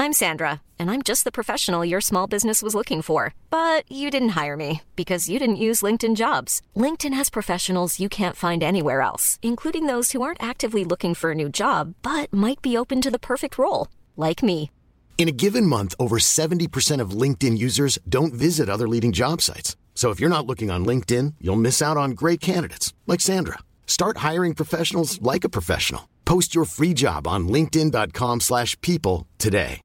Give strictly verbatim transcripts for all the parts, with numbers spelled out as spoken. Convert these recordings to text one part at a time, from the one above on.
I'm Sandra, and I'm just the professional your small business was looking for. But you didn't hire me because you didn't use LinkedIn Jobs. LinkedIn has professionals you can't find anywhere else, including those who aren't actively looking for a new job, but might be open to the perfect role, like me. In a given month, over seventy percent of LinkedIn users don't visit other leading job sites. So if you're not looking on LinkedIn, you'll miss out on great candidates like Sandra. Start hiring professionals like a professional. Post your free job on linkedin.com slash people today.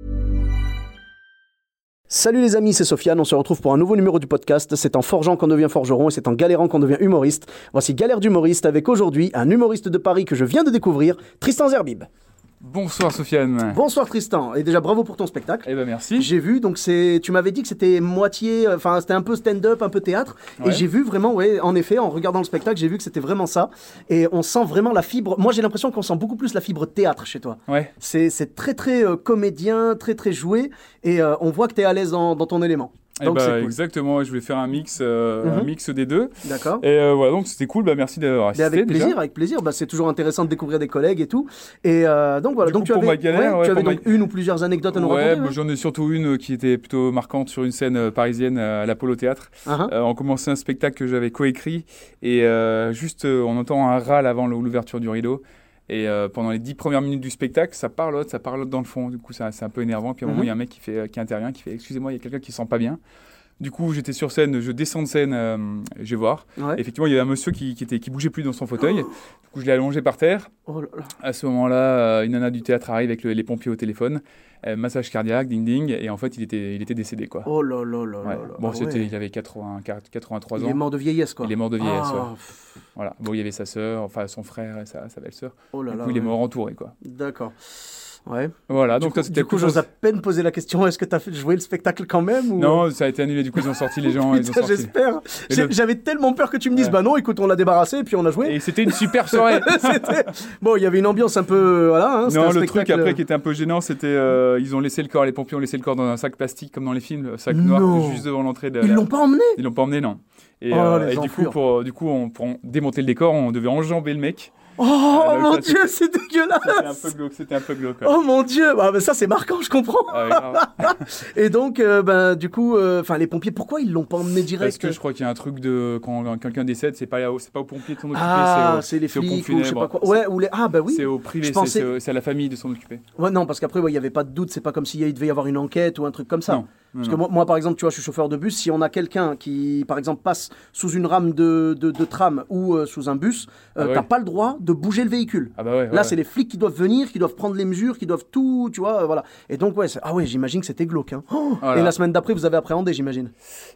Salut les amis, c'est Sofiane, on se retrouve pour un nouveau numéro du podcast. C'est en forgeant qu'on devient forgeron et c'est en galérant qu'on devient humoriste. Voici Galère d'humoriste avec aujourd'hui un humoriste de Paris que je viens de découvrir, Tristan Zerbib. Bonsoir Sofiane. Bonsoir Tristan, et déjà bravo pour ton spectacle. Eh ben merci. J'ai vu, donc c'est, tu m'avais dit que c'était moitié, enfin c'était un peu stand-up, un peu théâtre, ouais. Et j'ai vu vraiment, ouais, en effet, en regardant le spectacle, j'ai vu que c'était vraiment ça, et on sent vraiment la fibre, moi j'ai l'impression qu'on sent beaucoup plus la fibre théâtre chez toi. Ouais. C'est, c'est très très euh, comédien, très très joué, et euh, on voit que tu es à l'aise dans, dans ton élément. Donc eh bah, cool. Exactement, je voulais faire un mix, euh, mm-hmm. un mix des deux. D'accord. Et euh, voilà, donc c'était cool. Bah merci d'avoir assisté. Avec déjà. plaisir, avec plaisir. Bah, c'est toujours intéressant de découvrir des collègues et tout. Et euh, donc voilà. Du donc coup, tu pour avais, ma galère, ouais, ouais, tu avais donc ma... une ou plusieurs anecdotes à nous ouais, raconter. Ouais, ouais, j'en ai surtout une qui était plutôt marquante sur une scène parisienne à l'Apollo Théâtre. Uh-huh. Euh, on commençait un spectacle que j'avais coécrit et euh, juste euh, on entend un râle avant l'ouverture du rideau. Et euh, pendant les dix premières minutes du spectacle, ça parlote, ça parlote dans le fond. Du coup, ça, c'est un peu énervant. Puis à un moment, il mm-hmm. y a un mec qui, fait, qui intervient, qui fait « Excusez-moi, il y a quelqu'un qui ne sent pas bien ». Du coup, j'étais sur scène, je descends de scène, euh, je vais voir. Ouais. Effectivement, il y avait un monsieur qui, qui, était, qui bougeait plus dans son fauteuil. Oh. Du coup, je l'ai allongé par terre. Oh là là. À ce moment-là, euh, une nana du théâtre arrive avec le, les pompiers au téléphone. Euh, massage cardiaque, ding ding. Et en fait, il était, il était décédé, quoi. Oh là là là ouais. là. Bon, ah c'était, ouais. il avait quatre-vingts, quatre-vingt-trois ans. Il est mort de vieillesse, quoi. Il est mort de vieillesse, ah. ouais. Voilà. Bon, il y avait sa sœur, enfin son frère et sa, sa belle-sœur. Oh là du là. coup, ouais. il est mort entouré, quoi. D'accord. Ouais. Voilà, du donc coup, ça c'était. Du coup, j'ose à peine poser la question, est-ce que tu as fait jouer le spectacle quand même ou... Non, ça a été annulé, du coup ils ont sorti les gens. Putain, ils ont sorti. J'espère. Le... J'avais tellement peur que tu me dises, ouais. bah non, écoute, on l'a débarrassé et puis on a joué. Et c'était une super soirée. c'était... Bon, il y avait une ambiance un peu. Voilà, hein, non, un le spectacle... truc après qui était un peu gênant, c'était. Euh, ils ont laissé le corps, les pompiers ont laissé le corps dans un sac plastique comme dans les films, sac noir, non. juste devant l'entrée de. Ils la... l'ont pas emmené Ils l'ont pas emmené, non. Et, oh, euh, et du coup, pour, du coup on, pour démonter le décor, on devait enjamber le mec. Oh euh, mon dieu, c'est dégueulasse. C'était un peu glauque, c'était un peu glauque. Ouais. Oh mon dieu, bah, bah, ça c'est marquant, je comprends. Ah, ouais, et donc, euh, ben du coup, enfin euh, les pompiers, pourquoi ils l'ont pas emmené direct? Parce que je crois qu'il y a un truc de quand, quand quelqu'un décède, c'est pas c'est pas aux pompiers de s'en occuper, ah, c'est, au, c'est les c'est flics ou je sais pas quoi. Ouais, ou les ah bah oui. C'est au privé, pensais... c'est, c'est à la famille de s'en occuper. Ouais non, parce qu'après il ouais, y avait pas de doute, c'est pas comme s'il devait y avoir une enquête ou un truc comme ça. Non. Parce non. que moi, moi, par exemple, tu vois, je suis chauffeur de bus. Si on a quelqu'un qui, par exemple, passe sous une rame de, de, de tram ou euh, sous un bus, euh, ah ouais. t'as pas le droit de bouger le véhicule. Ah bah ouais, Là, ouais. c'est les flics qui doivent venir, qui doivent prendre les mesures, qui doivent tout, tu vois, euh, voilà. Et donc, ouais, c'est... ah ouais, j'imagine que c'était glauque. Hein. Oh voilà. Et la semaine d'après, vous avez appréhendé, j'imagine.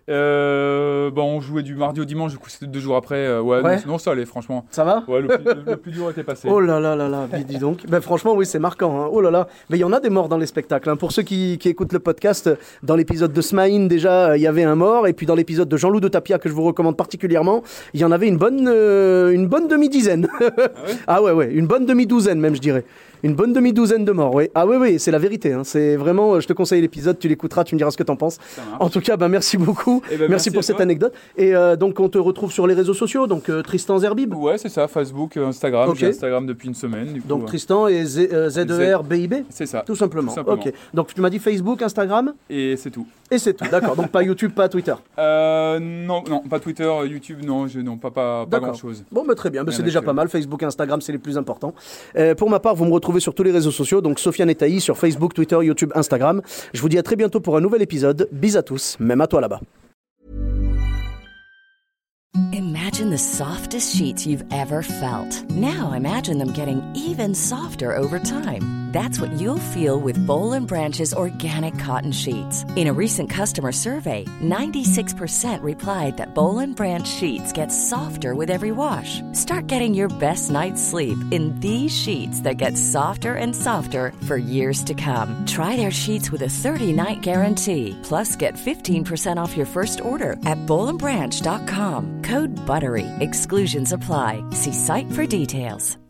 Euh, bon, on jouait du mardi au dimanche, du coup, c'était deux jours après. Euh, ouais, ouais. Non, sinon, ça allait, franchement. Ça va? Ouais, le plus, le, le plus dur était passé. Oh là là là là, dis donc. Ben, franchement, oui, c'est marquant. Hein. Oh là là. Mais il y en a des morts dans les spectacles. Hein. Pour ceux qui, qui écoutent le podcast, dans l'épisode de Smaïn, déjà, il y avait un mort. Et puis dans l'épisode de Jean-Loup de Tapia, que je vous recommande particulièrement, il y en avait une bonne, euh, une bonne demi-dizaine. Ah ouais, ah ouais, ouais, une bonne demi-douzaine même, je dirais. Une bonne demi-douzaine de morts, oui. Ah oui, oui, c'est la vérité. Hein. C'est vraiment, je te conseille l'épisode, tu l'écouteras, tu me diras ce que t'en penses. En tout cas, bah, merci beaucoup. Eh ben, merci, merci pour cette toi. anecdote. Et euh, donc, on te retrouve sur les réseaux sociaux, donc euh, Tristan Zerbib. Ouais, c'est ça, Facebook, Instagram. Okay. J'ai Instagram depuis une semaine. Du coup, donc, ouais. Tristan et Z E R B I B. C'est ça. Tout simplement. Tout simplement. Ok. Donc, tu m'as dit Facebook, Instagram. Et c'est tout. Et c'est tout, d'accord. Donc, pas YouTube, pas Twitter. Euh, non, non, pas Twitter, YouTube, non, je, non pas, pas, pas grand-chose. Bon, bah, très bien. Bah, c'est déjà pas mal. Facebook et Instagram, c'est les plus importants. Euh, pour ma part, vous me retrouvez sur tous les réseaux sociaux. Donc Sofiane et Taï sur Facebook, Twitter, YouTube, Instagram. Je vous dis à très bientôt pour un nouvel épisode. Bis à tous, même à toi là-bas. Imagine the softest sheets you've ever felt. Now imagine them getting even softer over time. That's what you'll feel with Boll and Branch's organic cotton sheets. In a recent customer survey, ninety-six percent replied that Boll and Branch sheets get softer with every wash. Start getting your best night's sleep in these sheets that get softer and softer for years to come. Try their sheets with a thirty-night guarantee. Plus, get fifteen percent off your first order at boll and branch dot com. Code BUTTERY. Exclusions apply. See site for details.